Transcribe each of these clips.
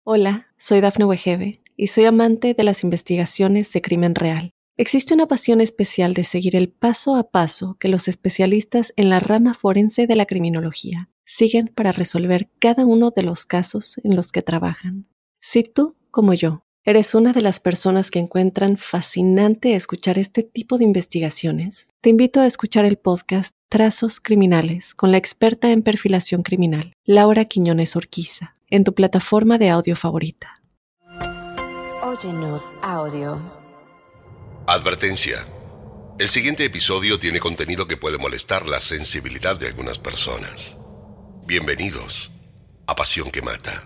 Hola, soy Dafne Wegebe y soy amante de las investigaciones de crimen real. Existe una pasión especial de seguir el paso a paso que los especialistas en la rama forense de la criminología siguen para resolver cada uno de los casos en los que trabajan. Si tú, como yo, eres una de las personas que encuentran fascinante escuchar este tipo de investigaciones, te invito a escuchar el podcast Trazos Criminales con la experta en perfilación criminal, Laura Quiñones Orquiza, en tu plataforma de audio favorita. Óyenos audio. Advertencia. El siguiente episodio tiene contenido que puede molestar la sensibilidad de algunas personas. Bienvenidos a Pasión que Mata.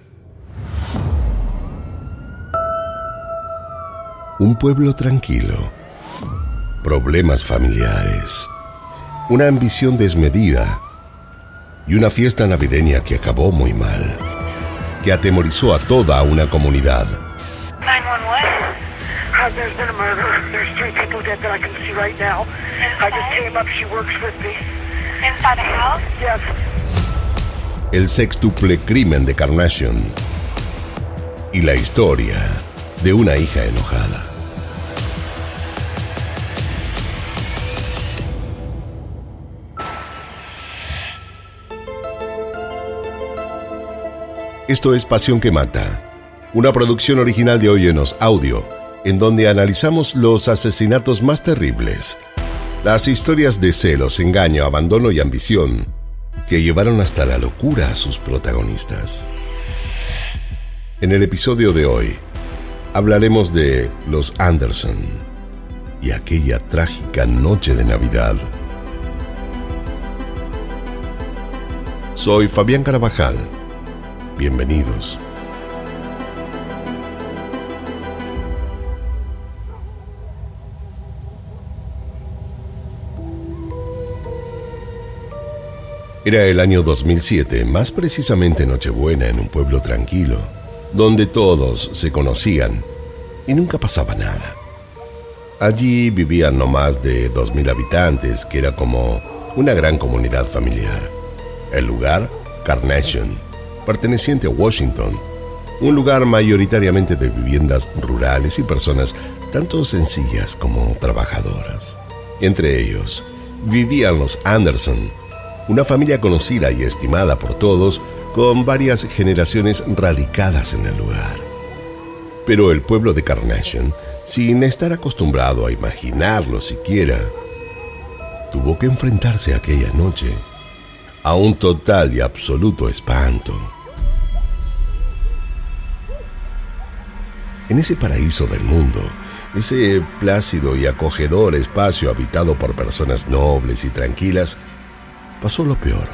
Un pueblo tranquilo, problemas familiares, una ambición desmedida y una fiesta navideña que acabó muy mal, que atemorizó a toda una comunidad. 911. There's been a murder. There's 3 people dead that I can see right now. I just came up. She works with me. Inside the house? Yes. El sextuple crimen de Carnation y la historia de una hija enojada. Esto es Pasión que Mata, una producción original de Óyenos Audio, en donde analizamos los asesinatos más terribles, las historias de celos, engaño, abandono y ambición que llevaron hasta la locura a sus protagonistas. En el episodio de hoy, hablaremos de los Anderson y aquella trágica noche de Navidad. Soy Fabián Carabajal. Bienvenidos. Era el año 2007, más precisamente Nochebuena, en un pueblo tranquilo, donde todos se conocían y nunca pasaba nada. Allí vivían no más de 2,000 habitantes, que era como una gran comunidad familiar. El lugar, Carnation, perteneciente a Washington, un lugar mayoritariamente de viviendas rurales y personas tanto sencillas como trabajadoras. Entre ellos, vivían los Anderson, una familia conocida y estimada por todos, con varias generaciones radicadas en el lugar. Pero el pueblo de Carnation, sin estar acostumbrado a imaginarlo siquiera, tuvo que enfrentarse aquella noche a un total y absoluto espanto. En ese paraíso del mundo, ese plácido y acogedor espacio habitado por personas nobles y tranquilas, pasó lo peor.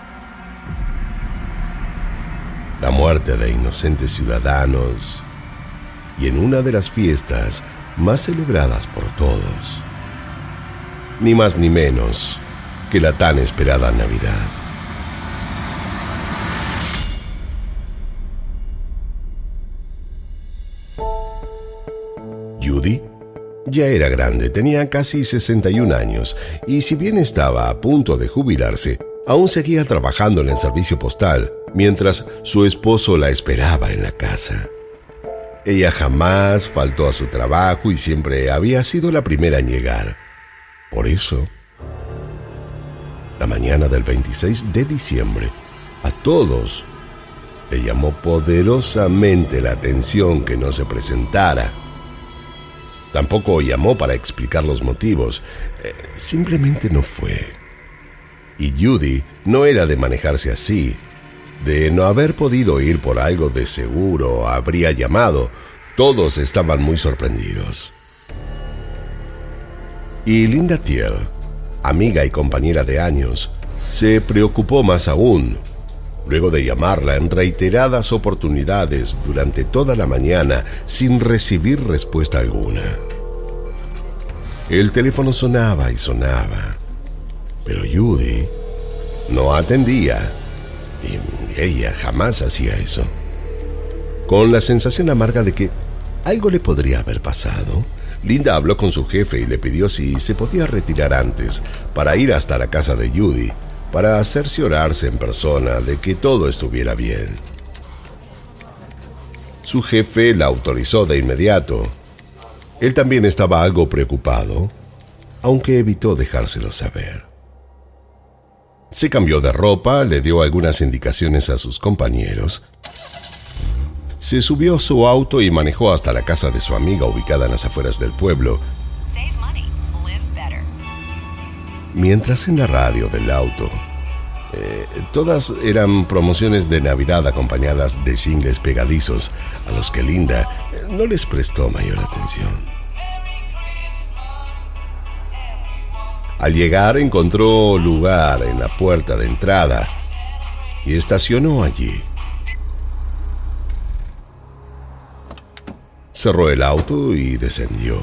La muerte de inocentes ciudadanos y en una de las fiestas más celebradas por todos. Ni más ni menos que la tan esperada Navidad. Judy ya era grande, tenía casi 61 años y si bien estaba a punto de jubilarse, aún seguía trabajando en el servicio postal mientras su esposo la esperaba en la casa. Ella jamás faltó a su trabajo y siempre había sido la primera en llegar. Por eso, la mañana del 26 de diciembre, a todos le llamó poderosamente la atención que no se presentara. Tampoco llamó para explicar los motivos, simplemente no fue. Y Judy no era de manejarse así. De no haber podido ir por algo, de seguro habría llamado. Todos estaban muy sorprendidos. Y Linda Thiel, amiga y compañera de años, se preocupó más aún. Luego de llamarla en reiteradas oportunidades durante toda la mañana sin recibir respuesta alguna. El teléfono sonaba y sonaba, pero Judy no atendía, y ella jamás hacía eso. Con la sensación amarga de que algo le podría haber pasado, Linda habló con su jefe y le pidió si se podía retirar antes para ir hasta la casa de Judy, para cerciorarse en persona de que todo estuviera bien. Su jefe la autorizó de inmediato. Él también estaba algo preocupado, aunque evitó dejárselo saber. Se cambió de ropa, le dio algunas indicaciones a sus compañeros. Se subió a su auto y manejó hasta la casa de su amiga ubicada en las afueras del pueblo. Mientras en la radio del auto, todas eran promociones de Navidad acompañadas de jingles pegadizos a los que Linda no les prestó mayor atención. Al llegar encontró lugar en la puerta de entrada y estacionó allí. Cerró el auto y descendió.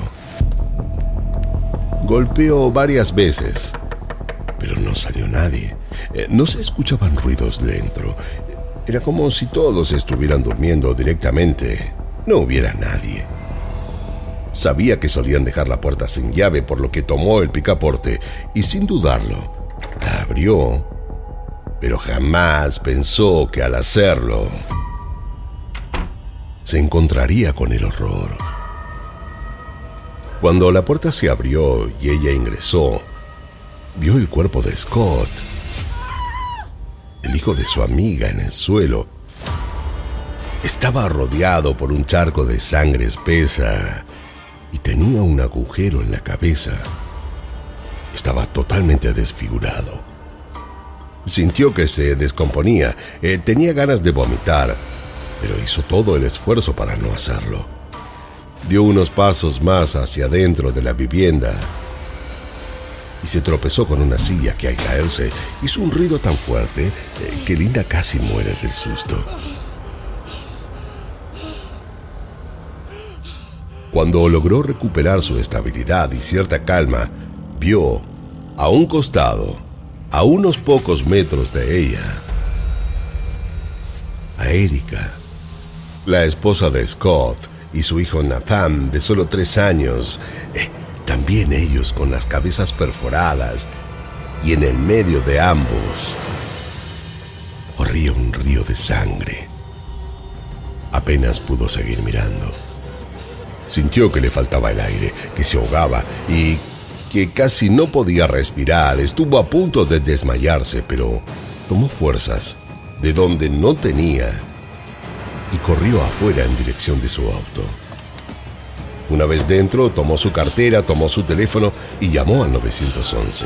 Golpeó varias veces, pero no salió nadie. No se escuchaban ruidos dentro. Era como si todos estuvieran durmiendo directamente. No hubiera nadie. Sabía que solían dejar la puerta sin llave, por lo que tomó el picaporte y, sin dudarlo, la abrió. Pero jamás pensó que al hacerlo se encontraría con el horror. Cuando la puerta se abrió y ella ingresó, vio el cuerpo de Scott, el hijo de su amiga, en el suelo. Estaba rodeado por un charco de sangre espesa y tenía un agujero en la cabeza. Estaba totalmente desfigurado. Sintió que se descomponía. Tenía ganas de vomitar, pero hizo todo el esfuerzo para no hacerlo. Dio unos pasos más hacia adentro de la vivienda y se tropezó con una silla que, al caerse, hizo un ruido tan fuerte que Linda casi muere del susto. Cuando logró recuperar su estabilidad y cierta calma, vio a un costado, a unos pocos metros de ella, a Erika, la esposa de Scott, y su hijo Nathan, de solo 3 años, también ellos con las cabezas perforadas, y en el medio de ambos corría un río de sangre. Apenas pudo seguir mirando. Sintió que le faltaba el aire, que se ahogaba y que casi no podía respirar. Estuvo a punto de desmayarse, pero tomó fuerzas de donde no tenía y corrió afuera en dirección de su auto. Una vez dentro, tomó su cartera, tomó su teléfono y llamó al 911.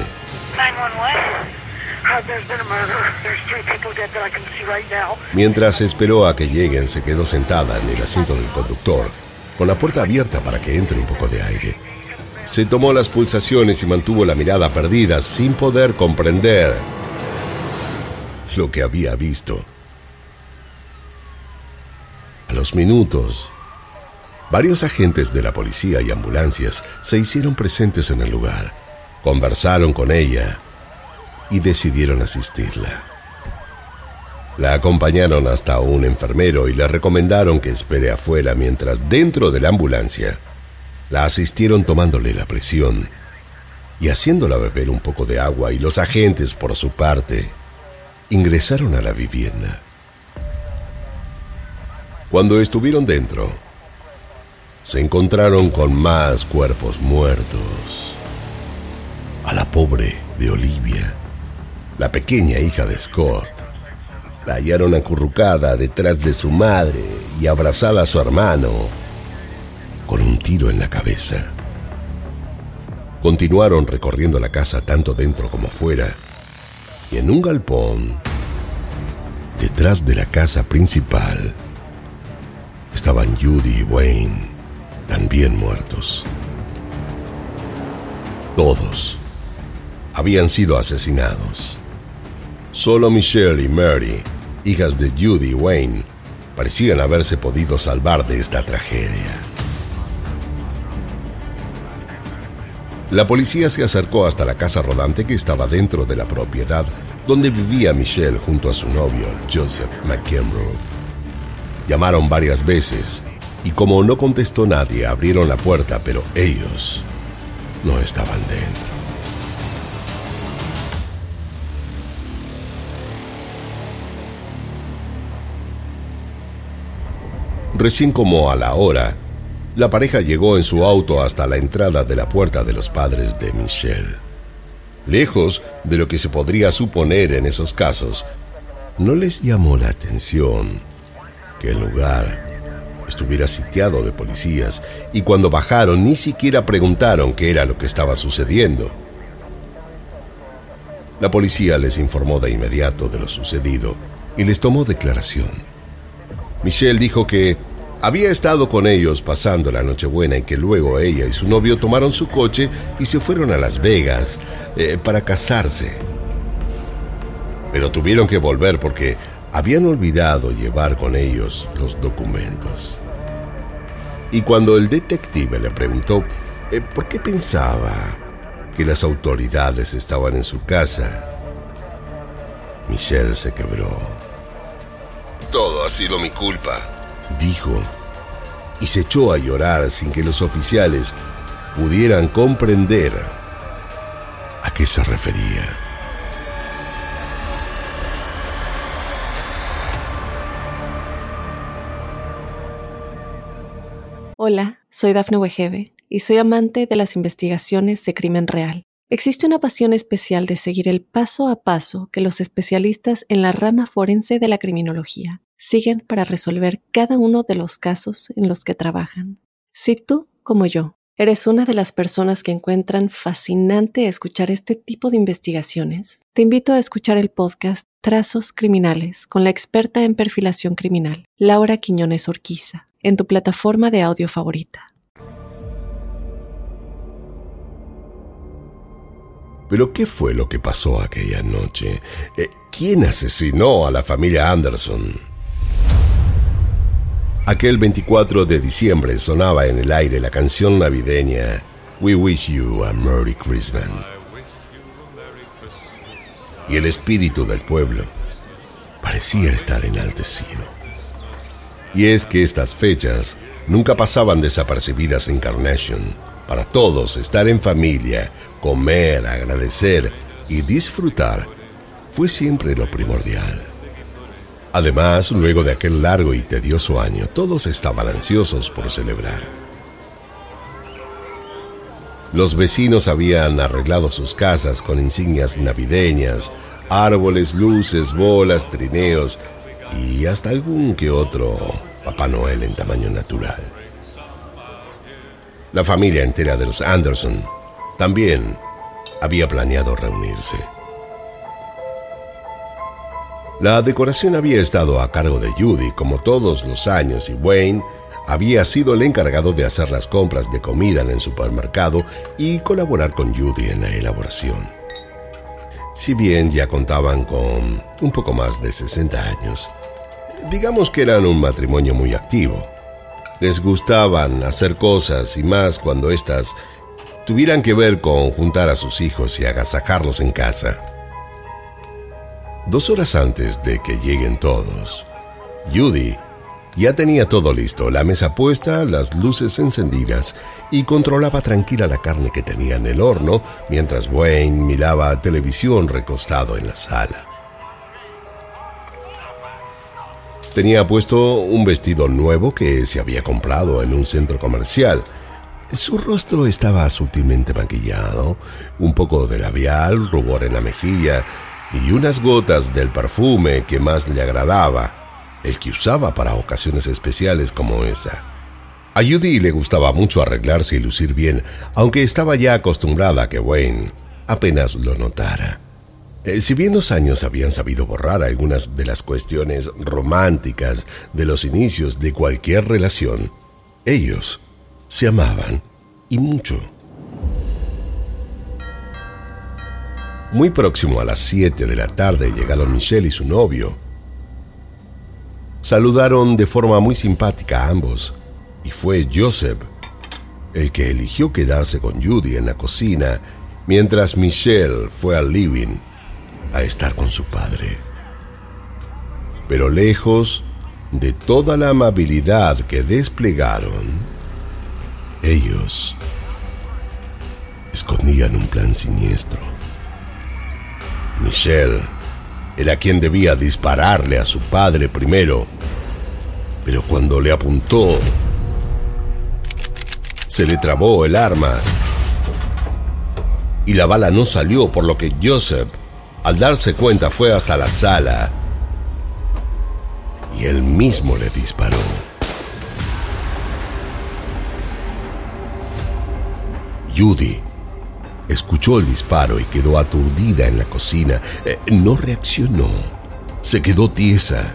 911. Mientras esperó a que lleguen, se quedó sentada en el asiento del conductor, con la puerta abierta para que entre un poco de aire. Se tomó las pulsaciones y mantuvo la mirada perdida, sin poder comprender lo que había visto. A los minutos, varios agentes de la policía y ambulancias se hicieron presentes en el lugar, conversaron con ella y decidieron asistirla. La acompañaron hasta un enfermero y le recomendaron que espere afuera, mientras dentro de la ambulancia la asistieron tomándole la presión y haciéndola beber un poco de agua, y los agentes, por su parte, ingresaron a la vivienda. Cuando estuvieron dentro, se encontraron con más cuerpos muertos. A la pobre de Olivia, la pequeña hija de Scott, la hallaron acurrucada detrás de su madre y abrazada a su hermano, con un tiro en la cabeza. Continuaron recorriendo la casa tanto dentro como fuera, y en un galpón, detrás de la casa principal, estaban Judy y Wayne, también muertos. Todos habían sido asesinados. Solo Michelle y Mary, hijas de Judy y Wayne, parecían haberse podido salvar de esta tragedia. La policía se acercó hasta la casa rodante que estaba dentro de la propiedad donde vivía Michelle junto a su novio, Joseph McEnroe. Llamaron varias veces y, como no contestó nadie, abrieron la puerta, pero ellos no estaban dentro. Recién como a la hora, la pareja llegó en su auto hasta la entrada de la puerta de los padres de Michelle. Lejos de lo que se podría suponer en esos casos, no les llamó la atención que el lugar estuviera sitiado de policías, y cuando bajaron ni siquiera preguntaron qué era lo que estaba sucediendo. La policía les informó de inmediato de lo sucedido y les tomó declaración. Michelle dijo que había estado con ellos pasando la Nochebuena y que luego ella y su novio tomaron su coche y se fueron a Las Vegas para casarse. Pero tuvieron que volver porque habían olvidado llevar con ellos los documentos. Y cuando el detective le preguntó por qué pensaba que las autoridades estaban en su casa, Michelle se quebró. «Todo ha sido mi culpa», dijo, y se echó a llorar sin que los oficiales pudieran comprender a qué se refería. Hola, soy Dafne Wegebe y soy amante de las investigaciones de crimen real. Existe una pasión especial de seguir el paso a paso que los especialistas en la rama forense de la criminología siguen para resolver cada uno de los casos en los que trabajan. Si tú, como yo, eres una de las personas que encuentran fascinante escuchar este tipo de investigaciones, te invito a escuchar el podcast Trazos Criminales con la experta en perfilación criminal, Laura Quiñones Orquiza, en tu plataforma de audio favorita. ¿Pero qué fue lo que pasó aquella noche? ¿Quién asesinó a la familia Anderson? Aquel 24 de diciembre sonaba en el aire la canción navideña We Wish You a Merry Christmas. Y el espíritu del pueblo parecía estar enaltecido. Y es que estas fechas nunca pasaban desapercibidas en Carnation. Para todos, estar en familia, comer, agradecer y disfrutar fue siempre lo primordial. Además, luego de aquel largo y tedioso año, todos estaban ansiosos por celebrar. Los vecinos habían arreglado sus casas con insignias navideñas, árboles, luces, bolas, trineos y hasta algún que otro Papá Noel en tamaño natural. La familia entera de los Anderson también había planeado reunirse. La decoración había estado a cargo de Judy, como todos los años, y Wayne había sido el encargado de hacer las compras de comida en el supermercado y colaborar con Judy en la elaboración. Si bien ya contaban con un poco más de 60 años, digamos que eran un matrimonio muy activo. Les gustaban hacer cosas y más cuando éstas tuvieran que ver con juntar a sus hijos y agasajarlos en casa. 2 horas antes de que lleguen todos, Judy ya tenía todo listo, la mesa puesta, las luces encendidas y controlaba tranquila la carne que tenía en el horno mientras Wayne miraba televisión recostado en la sala. Tenía puesto un vestido nuevo que se había comprado en un centro comercial. Su rostro estaba sutilmente maquillado, un poco de labial, rubor en la mejilla y unas gotas del perfume que más le agradaba, el que usaba para ocasiones especiales como esa. A Judy le gustaba mucho arreglarse y lucir bien, aunque estaba ya acostumbrada a que Wayne apenas lo notara. Si bien los años habían sabido borrar algunas de las cuestiones románticas de los inicios de cualquier relación, ellos se amaban y mucho. Muy próximo a las 7 de la tarde llegaron Michelle y su novio. Saludaron de forma muy simpática a ambos, y fue Joseph el que eligió quedarse con Judy en la cocina mientras Michelle fue al living a estar con su padre. Pero lejos de toda la amabilidad que desplegaron, ellos escondían un plan siniestro. Michelle era quien debía dispararle a su padre primero Pero cuando le apuntó, se le trabó el arma y la bala no salió, por lo que Joseph, al darse cuenta, fue hasta la sala y él mismo le disparó. Judy escuchó el disparo y quedó aturdida en la cocina. No reaccionó, se quedó tiesa.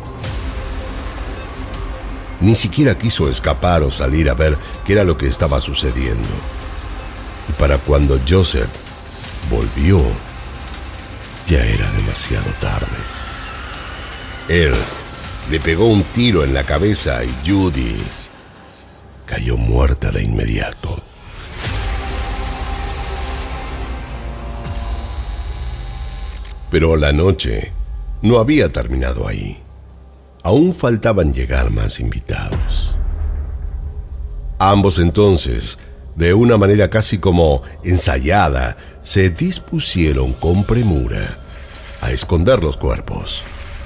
Ni siquiera quiso escapar o salir a ver qué era lo que estaba sucediendo. Y para cuando Joseph volvió, ya era demasiado tarde. Él le pegó un tiro en la cabeza y Judy cayó muerta de inmediato. Pero la noche no había terminado ahí. Aún faltaban llegar más invitados. Ambos entonces, de una manera casi como ensayada, se dispusieron con premura a esconder los cuerpos.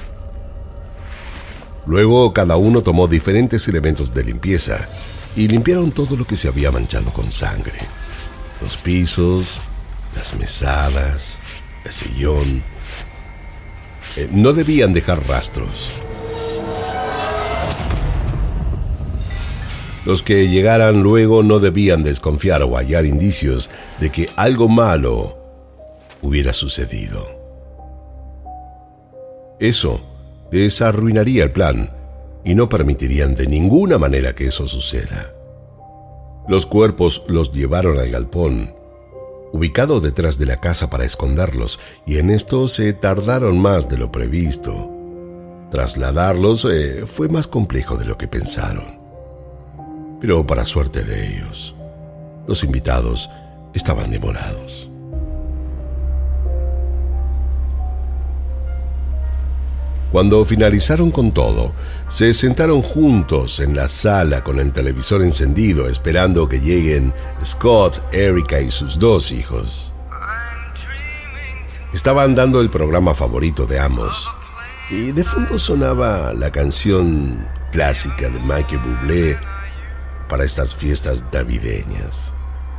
Luego cada uno tomó diferentes elementos de limpieza y limpiaron todo lo que se había manchado con sangre. Los pisos, las mesadas, el sillón. No debían dejar rastros. Los que llegaran luego no debían desconfiar o hallar indicios de que algo malo hubiera sucedido. Eso les arruinaría el plan y no permitirían de ninguna manera que eso suceda. Los cuerpos los llevaron al galpón, ubicado detrás de la casa, para esconderlos, y en esto se tardaron más de lo previsto. Trasladarlos fue más complejo de lo que pensaron. Pero para suerte de ellos, los invitados estaban demorados. Cuando finalizaron con todo, se sentaron juntos en la sala con el televisor encendido, esperando que lleguen Scott, Erica y sus 2 hijos. Estaban dando el programa favorito de ambos, y de fondo sonaba la canción clásica de Michael Bublé para estas fiestas navideñas.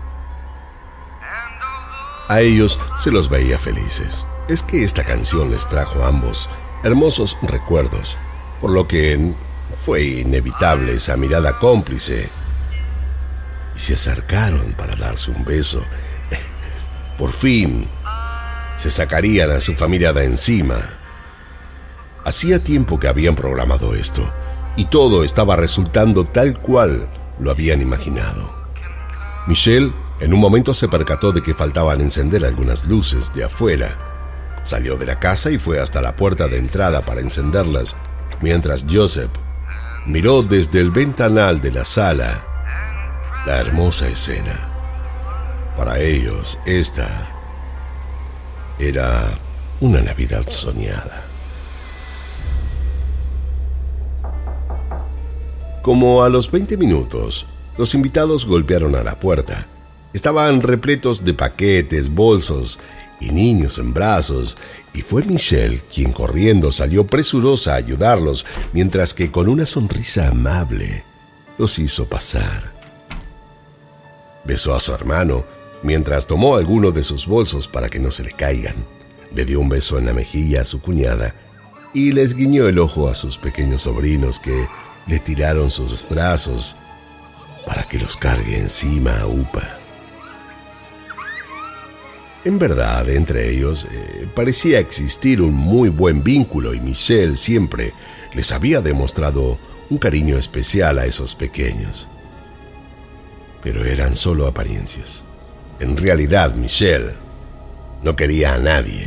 A ellos se los veía felices. Es que esta canción les trajo a ambos hermosos recuerdos, por lo que fue inevitable esa mirada cómplice. Y se acercaron para darse un beso. Por fin se sacarían a su familia de encima. Hacía tiempo que habían programado esto, y todo estaba resultando tal cual lo habían imaginado. Michelle en un momento se percató de que faltaban encender algunas luces de afuera. Salió de la casa y fue hasta la puerta de entrada para encenderlas, mientras Joseph miró desde el ventanal de la sala la hermosa escena. Para ellos, esta era una Navidad soñada. Como a los 20 minutos, los invitados golpearon a la puerta. Estaban repletos de paquetes, bolsos y niños en brazos, y fue Michelle quien corriendo salió presurosa a ayudarlos, mientras que con una sonrisa amable los hizo pasar. Besó a su hermano mientras tomó alguno de sus bolsos para que no se le caigan. Le dio un beso en la mejilla a su cuñada y les guiñó el ojo a sus pequeños sobrinos, que le tiraron sus brazos para que los cargue encima a Upa. En verdad, entre ellos parecía existir un muy buen vínculo, y Michelle siempre les había demostrado un cariño especial a esos pequeños. Pero eran solo apariencias. En realidad, Michelle no quería a nadie.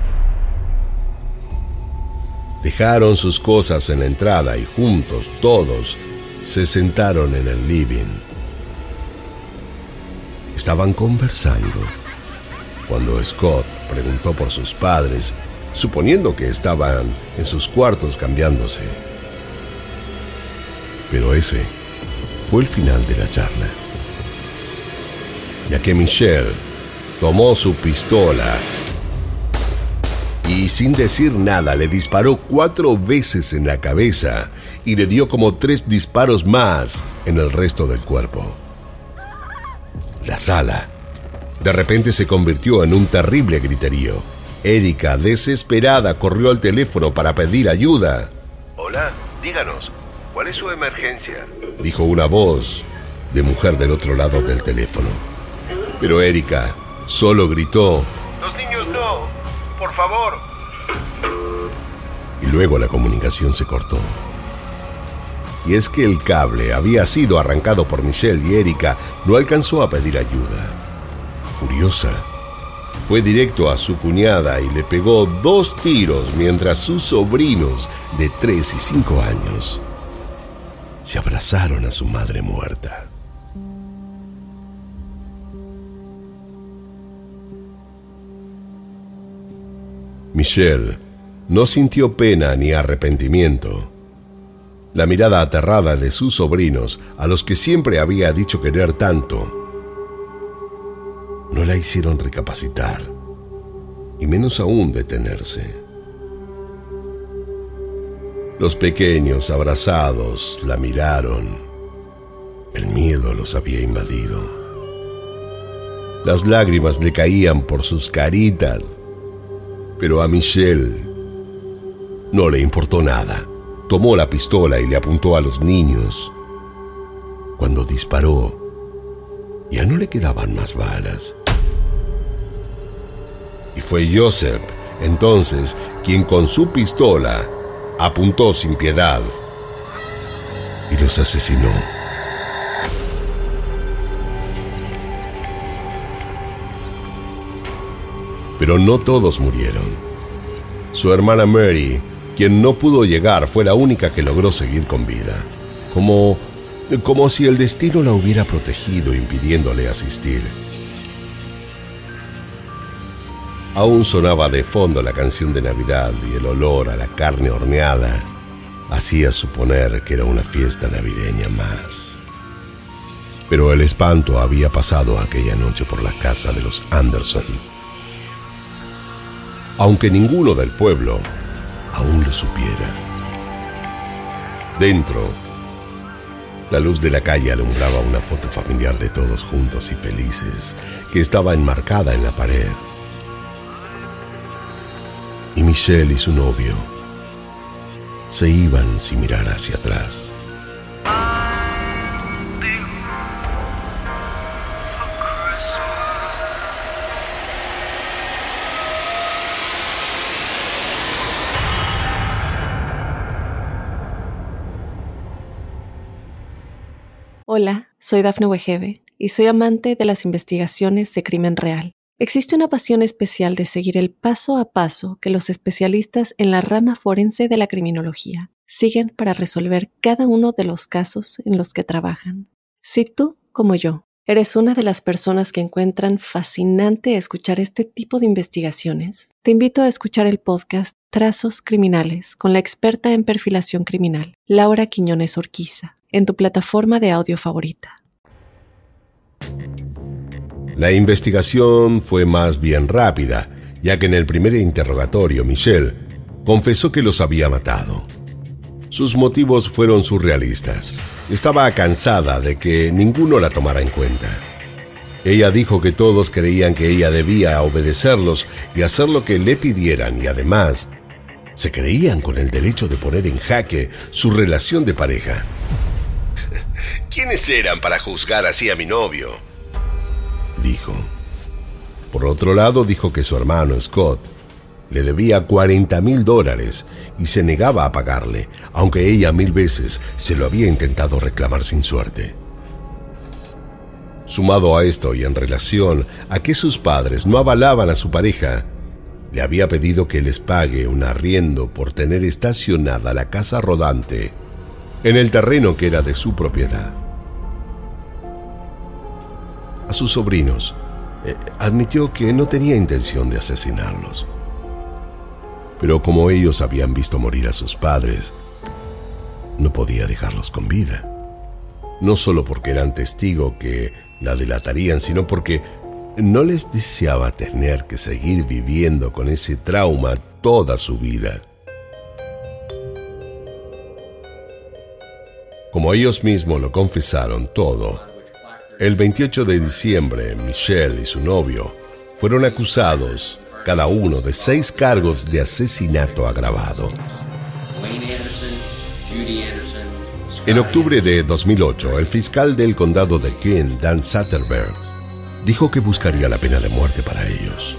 Dejaron sus cosas en la entrada y juntos, todos, se sentaron en el living. Estaban conversando cuando Scott preguntó por sus padres, suponiendo que estaban en sus cuartos cambiándose. Pero ese fue el final de la charla, ya que Michelle tomó su pistola y sin decir nada le disparó 4 veces en la cabeza y le dio como 3 disparos más en el resto del cuerpo. La sala de repente se convirtió en un terrible griterío. Erika, desesperada, corrió al teléfono para pedir ayuda. Hola, díganos, ¿cuál es su emergencia? Dijo una voz de mujer del otro lado del teléfono. Pero Erika solo gritó: Los niños no, por favor. Y luego la comunicación se cortó. Y es que el cable había sido arrancado por Michelle y Erika no alcanzó a pedir ayuda. Furiosa, fue directo a su cuñada y le pegó 2 tiros mientras sus sobrinos de 3 y 5 años se abrazaron a su madre muerta. Michelle no sintió pena ni arrepentimiento. La mirada aterrada de sus sobrinos, a los que siempre había dicho querer tanto, no la hicieron recapacitar, y menos aún detenerse. Los pequeños, abrazados, la miraron. El miedo los había invadido. Las lágrimas le caían por sus caritas, pero a Michelle no le importó nada. Tomó la pistola y le apuntó a los niños. Cuando disparó, ya no le quedaban más balas. Y fue Joseph, entonces, quien con su pistola apuntó sin piedad y los asesinó. Pero no todos murieron. Su hermana Mary, quien no pudo llegar, fue la única que logró seguir con vida, como si el destino la hubiera protegido, impidiéndole asistir. Aún sonaba de fondo la canción de Navidad y el olor a la carne horneada hacía suponer que era una fiesta navideña más. Pero el espanto había pasado aquella noche por la casa de los Anderson, aunque ninguno del pueblo aún lo supiera. Dentro, la luz de la calle alumbraba una foto familiar de todos juntos y felices que estaba enmarcada en la pared. Y Michelle y su novio se iban sin mirar hacia atrás. Hola, soy Dafne Wegebe y soy amante de las investigaciones de crimen real. Existe una pasión especial de seguir el paso a paso que los especialistas en la rama forense de la criminología siguen para resolver cada uno de los casos en los que trabajan. Si tú, como yo, eres una de las personas que encuentran fascinante escuchar este tipo de investigaciones, te invito a escuchar el podcast Trazos Criminales con la experta en perfilación criminal, Laura Quiñones Orquiza, en tu plataforma de audio favorita. La investigación fue más bien rápida, ya que en el primer interrogatorio Michelle confesó que los había matado. Sus motivos fueron surrealistas. Estaba cansada de que ninguno la tomara en cuenta. Ella dijo que todos creían que ella debía obedecerlos y hacer lo que le pidieran, y además se creían con el derecho de poner en jaque su relación de pareja. ¿Quiénes eran para juzgar así a mi novio?, dijo. Por otro lado, dijo que su hermano Scott le debía $40,000 y se negaba a pagarle, aunque ella 1000 veces se lo había intentado reclamar sin suerte. Sumado a esto y en relación a que sus padres no avalaban a su pareja, le había pedido que les pague un arriendo por tener estacionada la casa rodante en el terreno que era de su propiedad. A sus sobrinos admitió que no tenía intención de asesinarlos. Pero como ellos habían visto morir a sus padres, no podía dejarlos con vida. No solo porque eran testigos que la delatarían, sino porque no les deseaba tener que seguir viviendo con ese trauma toda su vida. Como ellos mismos lo confesaron todo, el 28 de diciembre, Michelle y su novio fueron acusados, cada uno, de 6 cargos de asesinato agravado. En octubre de 2008, el fiscal del condado de Kent, Dan Satterberg, dijo que buscaría la pena de muerte para ellos.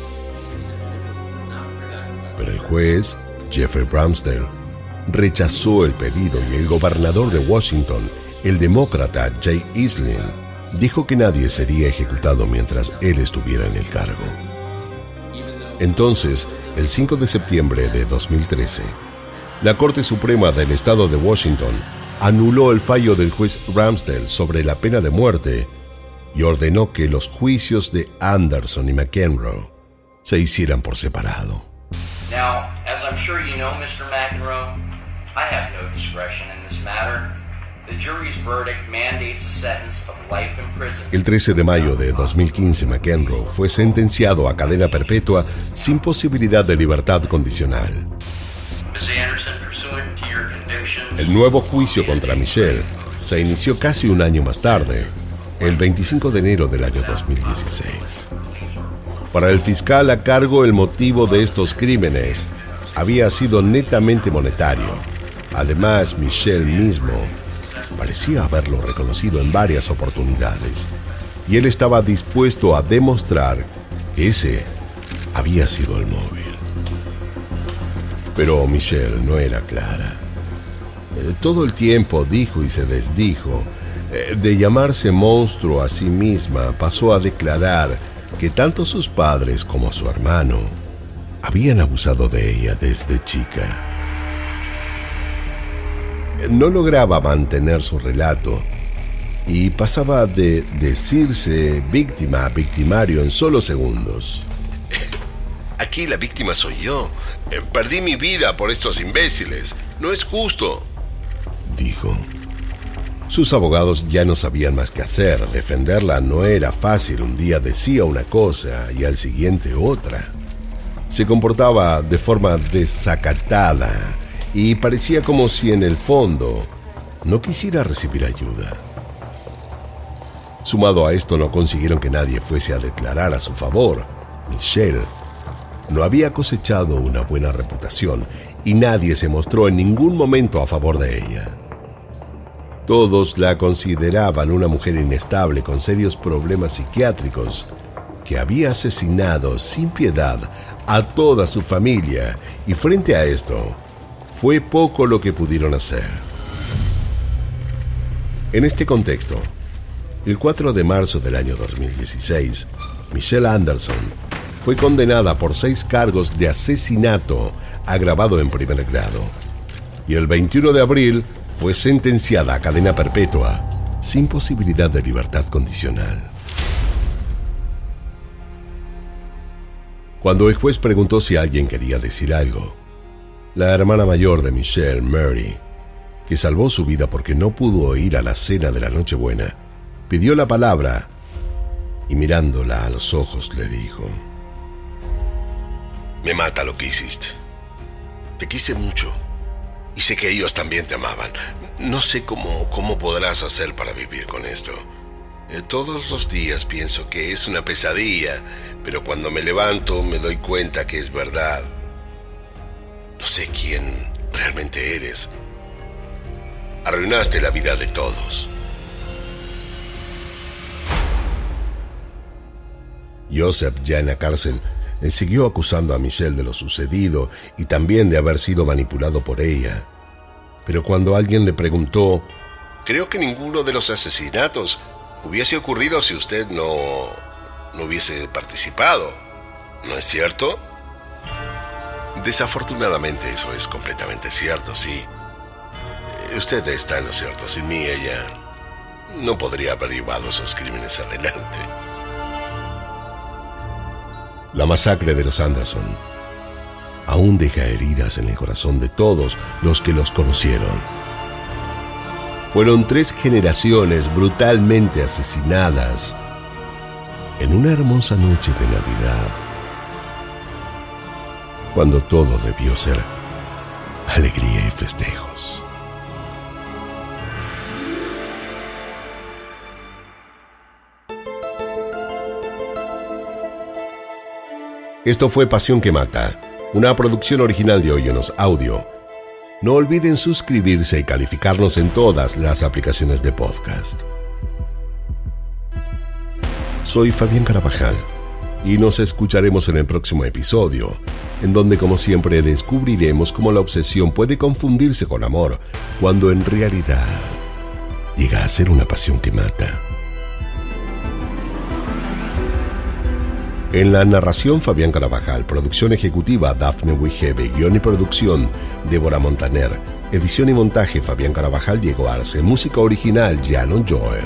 Pero el juez, Jeffrey Brownsdale, rechazó el pedido y el gobernador de Washington, el demócrata Jay Inslee, dijo que nadie sería ejecutado mientras él estuviera en el cargo. Entonces, el 5 de septiembre de 2013, la Corte Suprema del Estado de Washington anuló el fallo del juez Brownsdale sobre la pena de muerte y ordenó que los juicios de Anderson y McEnroe se hicieran por separado. Now, as I'm sure you know, Mr. McEnroe, I have no discretion in this matter. The jury's verdict mandates a sentence of life in prison. El 13 de mayo de 2015, McEnroe fue sentenciado a cadena perpetua sin posibilidad de libertad condicional. Ms. Anderson, pursuant to your conviction, El nuevo juicio contra Michelle se inició casi un año más tarde, el 25 de enero del año 2016. Para el fiscal a cargo, el motivo de estos crímenes había sido netamente monetario. Además, Michelle mismo parecía haberlo reconocido en varias oportunidades, y él estaba dispuesto a demostrar que ese había sido el móvil. Pero Michelle no era clara. Todo el tiempo dijo y se desdijo. De llamarse monstruo a sí misma, pasó a declarar que tanto sus padres como su hermano habían abusado de ella desde chica. No lograba mantener su relato y pasaba de decirse víctima a victimario en solo segundos. Aquí la víctima soy yo. Perdí mi vida por estos imbéciles. No es justo, dijo. Sus abogados ya no sabían más qué hacer. Defenderla no era fácil. Un día decía una cosa y al siguiente otra. Se comportaba de forma desacatada y parecía como si en el fondo no quisiera recibir ayuda. Sumado a esto, no consiguieron que nadie fuese a declarar a su favor. Michelle no había cosechado una buena reputación y nadie se mostró en ningún momento a favor de ella. Todos la consideraban una mujer inestable con serios problemas psiquiátricos que había asesinado sin piedad a toda su familia, y frente a esto fue poco lo que pudieron hacer. En este contexto, el 4 de marzo del año 2016, Michelle Anderson fue condenada por 6 cargos de asesinato agravado en primer grado, y el 21 de abril fue sentenciada a cadena perpetua sin posibilidad de libertad condicional. Cuando el juez preguntó si alguien quería decir algo, la hermana mayor de Michelle, Mary, que salvó su vida porque no pudo ir a la cena de la Nochebuena, pidió la palabra y mirándola a los ojos le dijo: Me mata lo que hiciste. Te quise mucho y sé que ellos también te amaban. No sé cómo podrás hacer para vivir con esto. Todos los días pienso que es una pesadilla, pero cuando me levanto me doy cuenta que es verdad. No sé quién realmente eres. Arruinaste la vida de todos. Joseph, ya en la cárcel, siguió acusando a Michelle de lo sucedido y también de haber sido manipulado por ella. Pero cuando alguien le preguntó: Creo que ninguno de los asesinatos hubiese ocurrido si usted no hubiese participado, ¿no es cierto? Desafortunadamente eso es completamente cierto, sí. Usted está en lo cierto. Sin mí ella no podría haber llevado esos crímenes adelante. La masacre de los Anderson aún deja heridas en el corazón de todos los que los conocieron. Fueron 3 generaciones brutalmente asesinadas en una hermosa noche de Navidad, cuando todo debió ser alegría y festejos. Esto fue Pasión que Mata, una producción original de Oyonos Audio. No olviden suscribirse y calificarnos en todas las aplicaciones de podcast. Soy Fabián Carabajal y nos escucharemos en el próximo episodio, en donde como siempre descubriremos cómo la obsesión puede confundirse con amor, cuando en realidad llega a ser una pasión que mata. En la narración, Fabián Carabajal. Producción ejecutiva, Dafne Wegebe. Guión y producción, Débora Montaner. Edición y montaje, Fabián Carabajal, Diego Arce. Música original, Jano Joel.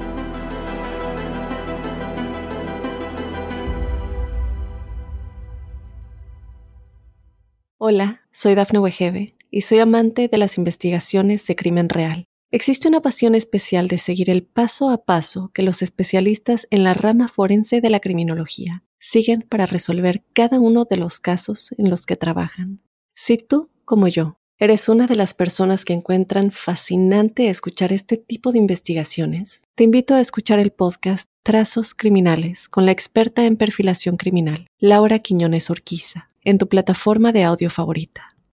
Hola, soy Dafne Wegebe y soy amante de las investigaciones de crimen real. Existe una pasión especial de seguir el paso a paso que los especialistas en la rama forense de la criminología siguen para resolver cada uno de los casos en los que trabajan. Si tú, como yo, eres una de las personas que encuentran fascinante escuchar este tipo de investigaciones, te invito a escuchar el podcast Trazos Criminales con la experta en perfilación criminal, Laura Quiñones Orquiza, en tu plataforma de audio favorita.